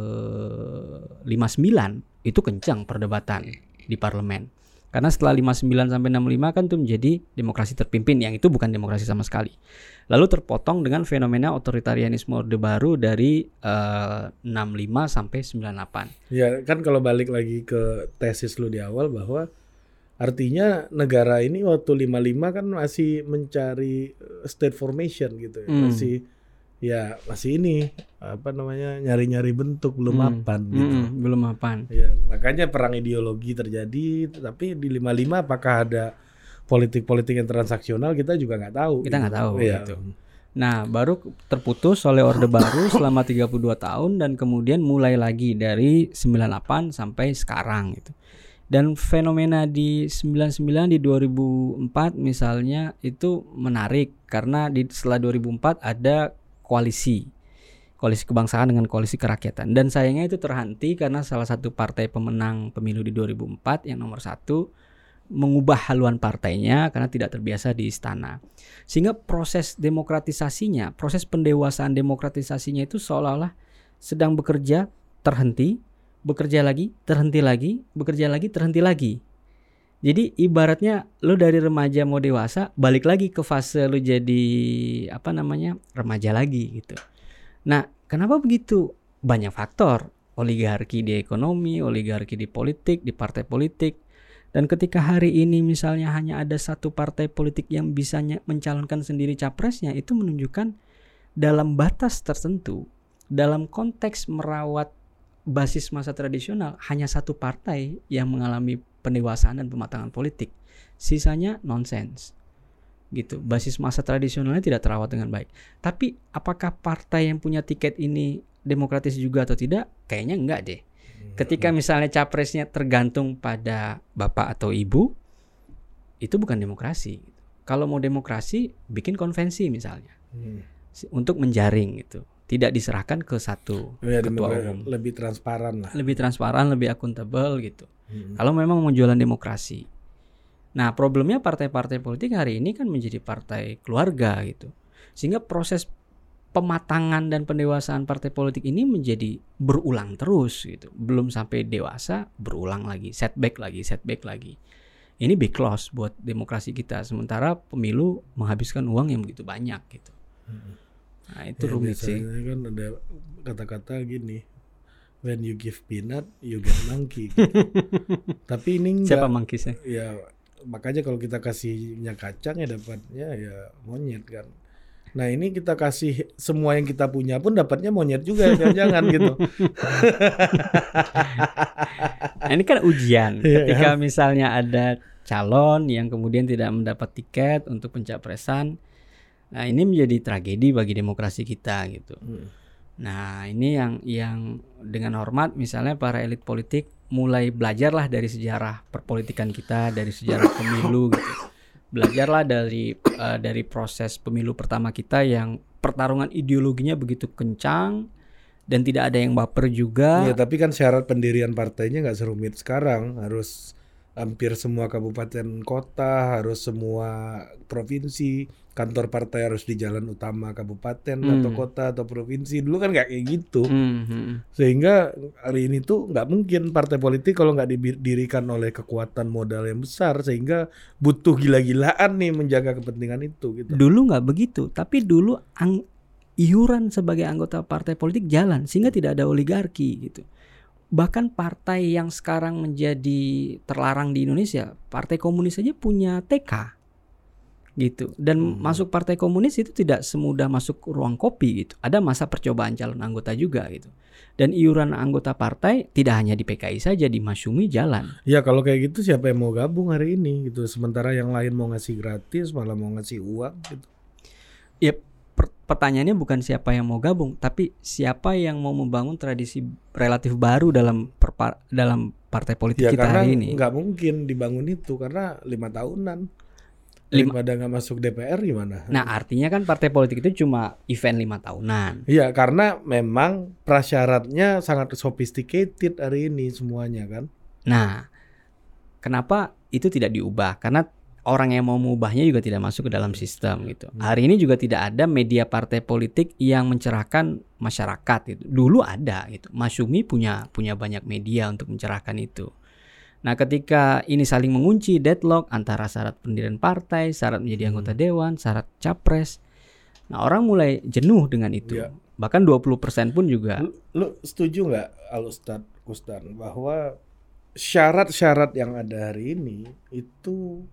lima puluh sembilan itu kencang perdebatan di parlemen. Karena setelah lima puluh sembilan sampai enam puluh lima kan itu menjadi demokrasi terpimpin, yang itu bukan demokrasi sama sekali. Lalu terpotong dengan fenomena otoritarianisme Orde Baru dari uh, enam puluh lima sampai sembilan puluh delapan. Ya, kan kalau balik lagi ke tesis lu di awal bahwa artinya negara ini waktu lima puluh lima kan masih mencari state formation gitu ya. Hmm. Masih ya masih ini apa namanya nyari-nyari bentuk belum hmm. mapan gitu. Hmm, belum mapan. Ya, makanya perang ideologi terjadi, tapi di lima puluh lima apakah ada politik-politik yang transaksional kita juga nggak tahu. Kita nggak gitu. tahu ya. gitu. Nah, baru terputus oleh Orde Baru selama tiga puluh dua tahun dan kemudian mulai lagi dari sembilan puluh delapan sampai sekarang gitu. Dan fenomena di sembilan puluh sembilan di dua ribu empat misalnya itu menarik karena di setelah dua ribu empat ada koalisi koalisi kebangsaan dengan koalisi kerakyatan, dan sayangnya itu terhenti karena salah satu partai pemenang pemilu di dua ribu empat yang nomor satu mengubah haluan partainya karena tidak terbiasa di istana, sehingga proses demokratisasinya, proses pendewasaan demokratisasinya itu seolah-olah sedang bekerja, terhenti, bekerja lagi, terhenti lagi, bekerja lagi, terhenti lagi. Jadi ibaratnya lu dari remaja mau dewasa, balik lagi ke fase lu jadi apa namanya remaja lagi gitu. Nah, kenapa begitu? Banyak faktor, oligarki di ekonomi, oligarki di politik, di partai politik. Dan ketika hari ini misalnya hanya ada satu partai politik yang bisa mencalonkan sendiri capresnya, itu menunjukkan dalam batas tertentu, dalam konteks merawat basis masa tradisional, hanya satu partai yang mengalami pendewasaan dan pematangan politik. Sisanya nonsens. Gitu. Basis masa tradisionalnya tidak terawat dengan baik. Tapi apakah partai yang punya tiket ini demokratis juga atau tidak? Kayaknya enggak deh. Ketika misalnya capresnya tergantung pada bapak atau ibu, itu bukan demokrasi. Kalau mau demokrasi, bikin konvensi misalnya. Hmm. Untuk menjaring gitu. Tidak diserahkan ke satu ya, ketua umum. Lebih transparan lah. Lebih transparan, lebih akuntabel gitu. Hmm. Kalau memang mau jualan demokrasi. Nah, problemnya partai-partai politik hari ini kan menjadi partai keluarga gitu. Sehingga proses pematangan dan pendewasaan partai politik ini menjadi berulang terus gitu. Belum sampai dewasa, berulang lagi, setback lagi, setback lagi. Ini big loss buat demokrasi kita. Sementara pemilu menghabiskan uang yang begitu banyak gitu. Hmm. Nah, itu ya, rumit sih. Kan ada kata-kata gini, when you give peanut, you get monkey. Gitu. Tapi ini enggak. Siapa monkey-nya? Ya, makanya kalau kita kasih minyak kacang ya dapatnya ya monyet kan. Nah ini kita kasih semua yang kita punya pun dapatnya monyet juga ya, jangan gitu. Nah, ini kan ujian. Ketika misalnya ada calon yang kemudian tidak mendapat tiket untuk pencapresan, nah ini menjadi tragedi bagi demokrasi kita gitu. Hmm. Nah ini yang yang dengan hormat misalnya para elit politik mulai belajarlah dari sejarah perpolitikan kita, dari sejarah pemilu gitu. Belajarlah dari uh, dari proses pemilu pertama kita yang pertarungan ideologinya begitu kencang dan tidak ada yang baper juga. Iya, tapi kan syarat pendirian partainya nggak serumit sekarang. Harus hampir semua kabupaten kota, harus semua provinsi, kantor partai harus di jalan utama kabupaten hmm. atau kota atau provinsi. Dulu kan nggak kayak gitu. Hmm. Sehingga hari ini tuh nggak mungkin partai politik kalau nggak didirikan oleh kekuatan modal yang besar, sehingga butuh gila-gilaan nih menjaga kepentingan itu. Gitu. Dulu nggak begitu, tapi dulu ang- iuran sebagai anggota partai politik jalan, sehingga tidak ada oligarki gitu. Bahkan partai yang sekarang menjadi terlarang di Indonesia, Partai Komunis saja punya T K gitu. Dan hmm. masuk Partai Komunis itu tidak semudah masuk ruang kopi gitu. Ada masa percobaan calon anggota juga gitu. Dan iuran anggota partai tidak hanya di P K I saja, di Masyumi jalan. Ya kalau kayak gitu siapa yang mau gabung hari ini gitu. Sementara yang lain mau ngasih gratis, malah mau ngasih uang gitu. Yep. Pertanyaannya bukan siapa yang mau gabung, tapi siapa yang mau membangun tradisi relatif baru dalam perpa- dalam partai politik ya, kita hari ini. Nggak mungkin dibangun itu karena lima tahunan. Daripada nggak masuk D P R gimana? Nah artinya kan partai politik itu cuma event lima tahunan. Iya karena memang prasyaratnya sangat sophisticated hari ini semuanya kan. Nah kenapa itu tidak diubah? Karena orang yang mau mengubahnya juga tidak masuk ke dalam sistem gitu. Hari ini juga tidak ada media partai politik yang mencerahkan masyarakat gitu. Dulu ada gitu. Masyumi punya punya banyak media untuk mencerahkan itu. Nah, ketika ini saling mengunci, deadlock antara syarat pendirian partai, syarat menjadi anggota dewan, syarat capres. Nah, orang mulai jenuh dengan itu. Ya. Bahkan dua puluh persen pun juga. Lu, lu setuju nggak, Al-Ustadz Kustan, bahwa syarat-syarat yang ada hari ini itu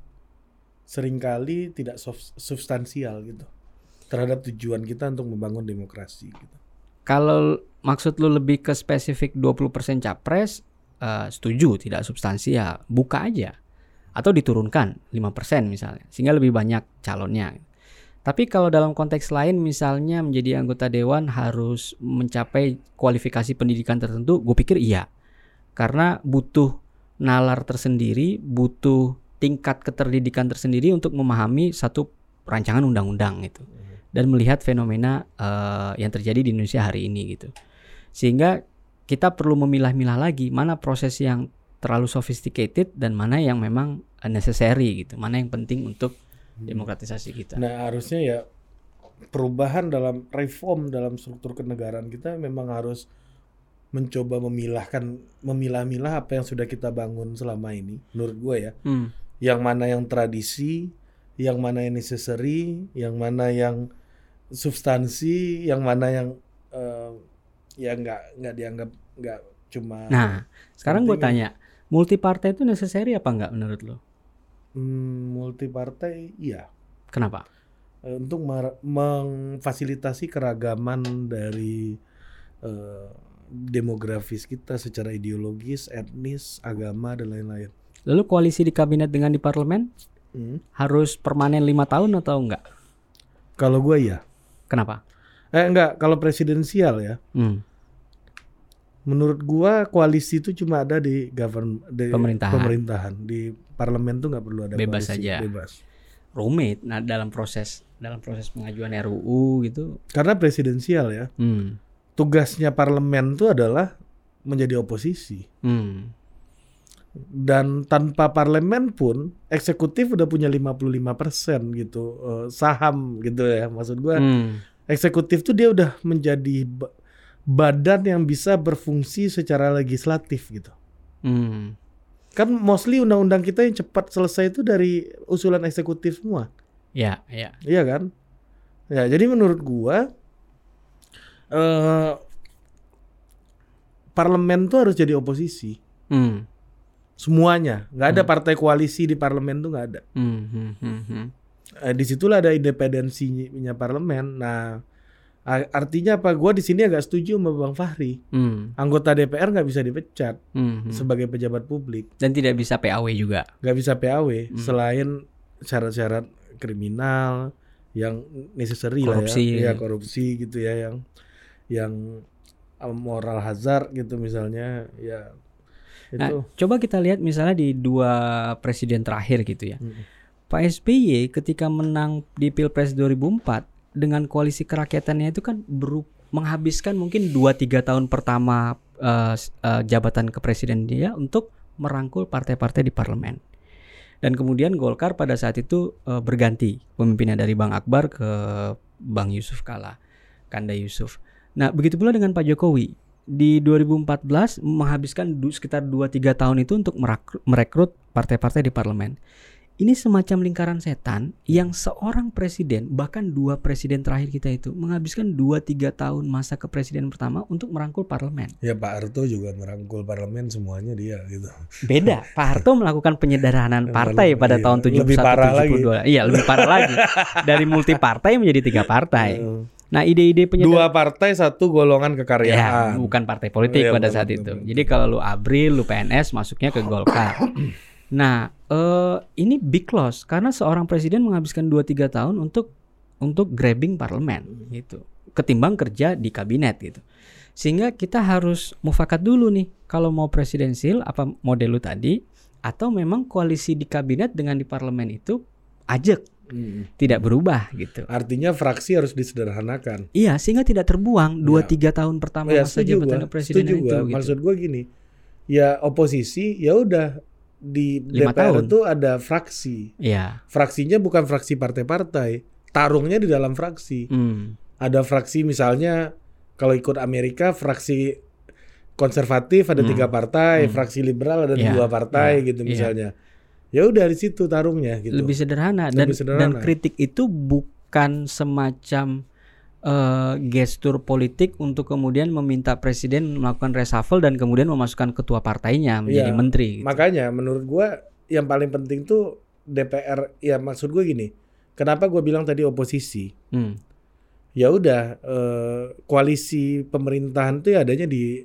seringkali tidak substansial gitu terhadap tujuan kita untuk membangun demokrasi gitu. Kalau maksud lu lebih ke spesifik dua puluh persen capres, uh, setuju tidak substansial, buka aja atau diturunkan lima persen misalnya sehingga lebih banyak calonnya. Tapi kalau dalam konteks lain misalnya menjadi anggota dewan harus mencapai kualifikasi pendidikan tertentu, gue pikir iya. Karena butuh nalar tersendiri, butuh tingkat keterdidikan tersendiri untuk memahami satu rancangan undang-undang gitu dan melihat fenomena uh, yang terjadi di Indonesia hari ini gitu. Sehingga kita perlu memilah-milah lagi mana proses yang terlalu sophisticated dan mana yang memang necessary gitu, mana yang penting untuk demokratisasi kita. Nah harusnya ya perubahan dalam reform dalam struktur kenegaraan kita memang harus mencoba memilahkan memilah-milah apa yang sudah kita bangun selama ini menurut gue ya. Hmm. Yang mana yang tradisi, yang mana yang necessary, yang mana yang substansi, yang mana yang uh, ya nggak nggak dianggap nggak cuma. Nah, sekarang gue tanya, multi partai itu necessary apa nggak menurut lo? Hmm, multi partai, iya. Kenapa? Untuk memfasilitasi keragaman dari uh, demografis kita secara ideologis, etnis, agama dan lain-lain. Lalu koalisi di kabinet dengan di parlemen hmm? harus permanen lima tahun atau enggak? Kalau gue ya. Kenapa? Eh enggak, kalau presidensial ya. Hmm. Menurut gue koalisi itu cuma ada di govern di pemerintahan. pemerintahan. Di parlemen tuh nggak perlu ada bebas koalisi. Saja. Bebas. Rumit. Nah dalam proses dalam proses pengajuan R U U gitu. Karena presidensial ya. Hmm. Tugasnya parlemen itu adalah menjadi oposisi. Hmm. Dan tanpa parlemen pun eksekutif udah punya lima puluh lima persen gitu uh, saham gitu ya. Maksud gue hmm. eksekutif tuh dia udah menjadi ba- badan yang bisa berfungsi secara legislatif gitu. Hmm. Kan mostly undang-undang kita yang cepat selesai itu dari usulan eksekutif semua. Ya, ya. Iya kan? Ya, jadi menurut gua uh, parlemen tuh harus jadi oposisi. Hmm. Semuanya, nggak ada hmm. partai koalisi di parlemen tuh nggak ada. Hmm, hmm, hmm, hmm. Uh, disitulah ada independensinya parlemen. Nah, artinya apa? Gua di sini agak setuju sama Bang Fahri. Hmm. Anggota D P R nggak bisa dipecat hmm, hmm. sebagai pejabat publik. Dan tidak bisa P A W juga. Nggak bisa P A W hmm. selain syarat-syarat kriminal yang necessary korupsi, lah ya, ya korupsi gitu ya, yang yang moral hazard gitu misalnya ya. Itu. Nah, coba kita lihat misalnya di dua presiden terakhir gitu ya. Hmm. Pak S B Y ketika menang di Pilpres dua ribu empat dengan koalisi kerakyatannya itu kan beru- menghabiskan mungkin dua tiga tahun pertama uh, uh, jabatan kepresiden dia untuk merangkul partai-partai di parlemen. Dan kemudian Golkar pada saat itu uh, berganti pemimpinnya dari Bang Akbar ke Bang Yusuf Kala, Kanda Yusuf. Nah, begitu pula dengan Pak Jokowi. Di dua ribu empat belas menghabiskan du- sekitar dua tiga tahun itu untuk merak- merekrut partai-partai di parlemen. Ini semacam lingkaran setan yang seorang presiden, bahkan dua presiden terakhir kita itu menghabiskan dua tiga tahun masa kepresiden pertama untuk merangkul parlemen. Ya Pak Harto juga merangkul parlemen semuanya dia gitu. Beda, Pak Harto melakukan penyederhanaan partai pada iya, tahun tujuh puluh satu tujuh puluh dua. Iya, lebih parah lagi. Dari multi partai menjadi tiga partai. Nah, ide-ide penyederhanaan dua partai satu golongan kekaryaan. Ya, bukan partai politik ya, pada saat betul, itu. Betul. Jadi kalau lu Abril, lu P N S masuknya ke Golkar. Nah, uh, ini big loss karena seorang presiden menghabiskan dua tiga tahun untuk untuk grabbing parlemen gitu. Ketimbang kerja di kabinet gitu. Sehingga kita harus mufakat dulu nih kalau mau presidensil apa model lu tadi atau memang koalisi di kabinet dengan di parlemen itu ajak. Hmm. Tidak berubah gitu. Artinya fraksi harus disederhanakan. Iya, sehingga tidak terbuang dua tiga ya. tahun pertama ya, masa jabatan presiden itu. Gitu. Maksud gue gini, ya oposisi ya udah di D P R itu ada fraksi. Ya. Fraksinya bukan fraksi partai-partai, tarungnya di dalam fraksi. Hmm. Ada fraksi misalnya kalau ikut Amerika fraksi konservatif ada hmm. tiga partai, hmm. fraksi liberal ada ya. dua partai ya. gitu misalnya. Ya. Ya udah di situ tarungnya gitu. Lebih sederhana dan Lebih sederhana. Dan kritik itu bukan semacam uh, gestur politik untuk kemudian meminta presiden melakukan reshuffle dan kemudian memasukkan ketua partainya menjadi ya, menteri. Gitu. Makanya menurut gua yang paling penting tuh D P R. Ya maksud gua gini, kenapa gua bilang tadi oposisi? Hmm. Ya udah uh, koalisi pemerintahan tuh ya adanya di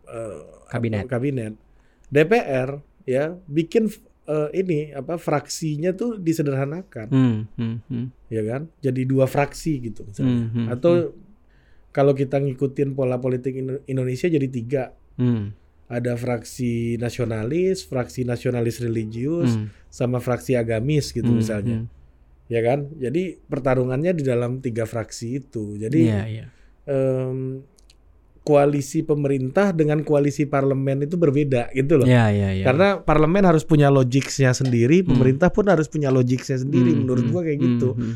uh, kabinet. Kabinet. D P R ya bikin Uh, ini apa fraksinya tuh disederhanakan, hmm, hmm, hmm. ya kan? Jadi dua fraksi gitu misalnya. Hmm, hmm, Atau hmm. kalau kita ngikutin pola politik Indonesia jadi tiga. Hmm. Ada fraksi nasionalis, fraksi nasionalis religius, hmm. sama fraksi agamis gitu hmm, misalnya, hmm. ya kan? Jadi pertarungannya di dalam tiga fraksi itu. Jadi yeah, yeah. Um, koalisi pemerintah dengan koalisi parlemen itu berbeda gitu loh. Ya, ya, ya. Karena parlemen harus punya logiknya sendiri, pemerintah hmm. pun harus punya logiknya sendiri. Hmm, menurut gua kayak hmm, gitu. Hmm.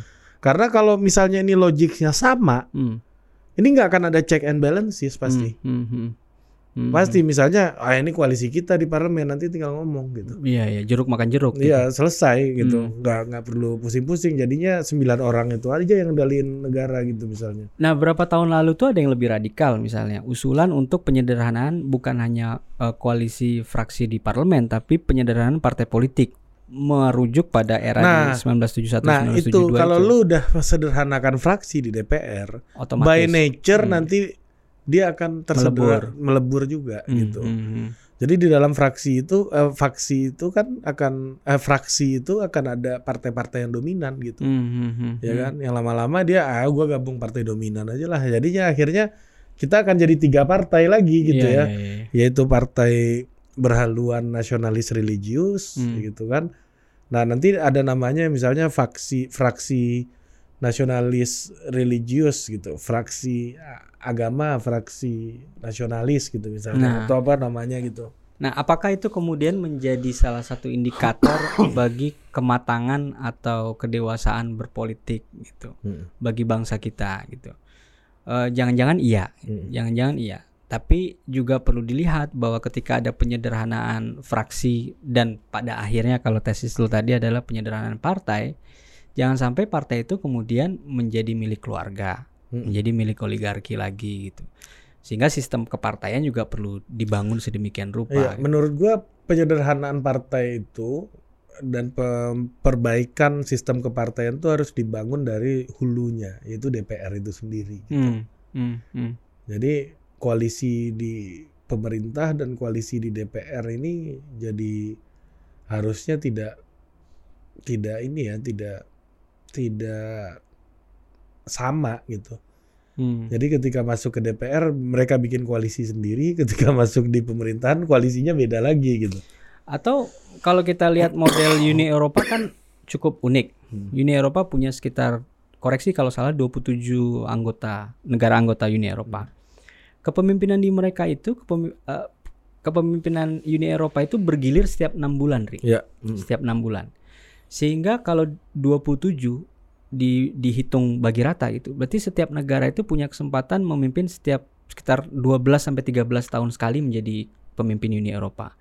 Karena kalau misalnya ini logiknya sama, Hmm. ini nggak akan ada check and balances pasti. Hmm, hmm, hmm. Hmm, Pasti misalnya, ah ini koalisi kita di parlemen, nanti tinggal ngomong gitu. Iya, ya, jeruk makan jeruk. Gitu. Iya, selesai gitu. Hmm. Nggak nggak perlu pusing-pusing. Jadinya sembilan orang itu aja yang ngendaliin negara gitu misalnya. Nah, berapa tahun lalu tuh ada yang lebih radikal misalnya, usulan untuk penyederhanaan bukan hanya uh, koalisi fraksi di parlemen, tapi penyederhanaan partai politik, merujuk pada era Nah, di sembilan belas tujuh puluh satu Nah sembilan belas tujuh itu puluh dua kalau itu. lu udah sederhanakan fraksi di D P R, Otomatis. by nature Hmm. nanti dia akan tersederhana, Melebur. melebur juga Hmm, gitu. hmm, hmm. Jadi di dalam fraksi itu, eh, faksi itu kan akan, eh, fraksi itu akan ada partai-partai yang dominan gitu, Hmm, hmm, hmm, ya hmm. kan? Yang lama-lama dia, ah gue gabung partai dominan aja lah. Jadinya akhirnya kita akan jadi tiga partai lagi gitu Iya, ya, iya, iya. yaitu partai berhaluan nasionalis religius Hmm. gitu kan. Nah nanti ada namanya misalnya faksi fraksi nasionalis religius gitu, fraksi agama, fraksi nasionalis gitu Nah. misalnya, atau apa namanya gitu. Nah, apakah itu kemudian menjadi salah satu indikator bagi kematangan atau kedewasaan berpolitik gitu Hmm. bagi bangsa kita gitu? Eh, jangan-jangan iya, Hmm. jangan-jangan iya. Tapi juga perlu dilihat bahwa ketika ada penyederhanaan fraksi dan pada akhirnya kalau tesis lu tadi adalah penyederhanaan partai, jangan sampai partai itu kemudian menjadi milik keluarga, Hmm. menjadi milik oligarki lagi gitu. Sehingga sistem kepartaian juga perlu dibangun sedemikian rupa. Iya, gitu. menurut gua penyederhanaan partai itu dan pe- perbaikan sistem kepartaian itu harus dibangun dari hulunya, yaitu D P R itu sendiri. Gitu. Hmm, hmm, hmm. Jadi koalisi di pemerintah dan koalisi di D P R ini jadi harusnya tidak tidak ini ya, tidak tidak sama gitu. Hmm. Jadi ketika masuk ke D P R mereka bikin koalisi sendiri, ketika masuk di pemerintahan koalisinya beda lagi gitu. Atau kalau kita lihat model Uni Eropa kan cukup unik. Hmm. Uni Eropa punya sekitar, koreksi kalau salah, dua puluh tujuh anggota negara anggota Uni Eropa. Kepemimpinan di mereka itu kepemi- eh, kepemimpinan Uni Eropa itu bergilir setiap enam bulan, Ri. Ya. Hmm. Setiap enam bulan. Sehingga kalau dua puluh tujuh di dihitung bagi rata gitu, berarti setiap negara itu punya kesempatan memimpin setiap sekitar dua belas sampai tiga belas tahun sekali menjadi pemimpin Uni Eropa.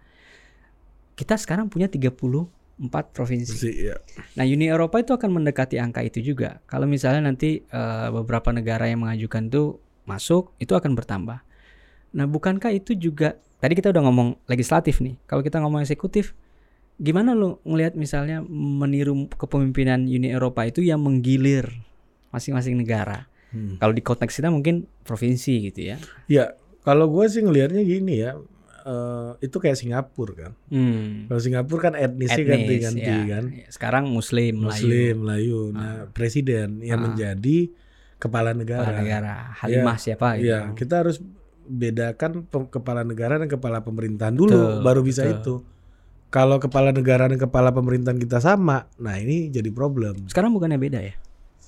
Kita sekarang punya tiga puluh empat provinsi. Si, ya. Nah, Uni Eropa itu akan mendekati angka itu juga. Kalau misalnya nanti uh, beberapa negara yang mengajukan itu masuk, itu akan bertambah. Nah, bukankah itu juga, tadi kita udah ngomong legislatif nih. Kalau kita ngomong eksekutif, gimana lo ngelihat misalnya meniru kepemimpinan Uni Eropa itu yang menggilir masing-masing negara? Hmm. Kalau di konteks kita mungkin provinsi gitu ya. Ya, kalau gue sih ngelihatnya gini ya, eh, itu kayak Singapura kan. Hmm. Kalau Singapura kan etnisnya Etnis, ganti-ganti ya. kan. Sekarang Muslim, Muslim, Melayu. Melayu. Nah, presiden yang Ah. menjadi kepala negara. Kepala negara. Halimah siapa gitu. Iya, kita harus bedakan pe- kepala negara dan kepala pemerintahan dulu, Betul, baru bisa betul. itu. Kalau kepala negara dan kepala pemerintahan kita sama, nah ini jadi problem. Sekarang bukannya beda ya?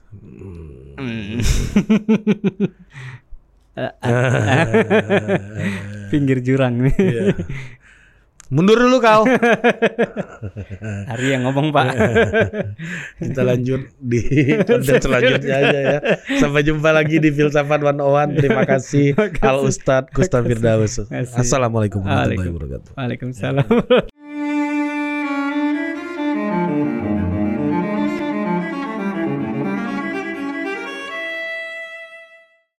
Hmm. Pinggir jurang nih. Iya. Mundur dulu kau. Hari yang ngomong Pak. Kita lanjut di konten selanjutnya aja ya. Sampai jumpa lagi di Filsafat seratus satu. Terima kasih Al Ustadz Gustaf Firdaus. Makasih. Assalamualaikum warahmatullahi Waalaikum- wabarakatuh. Waalaikumsalam.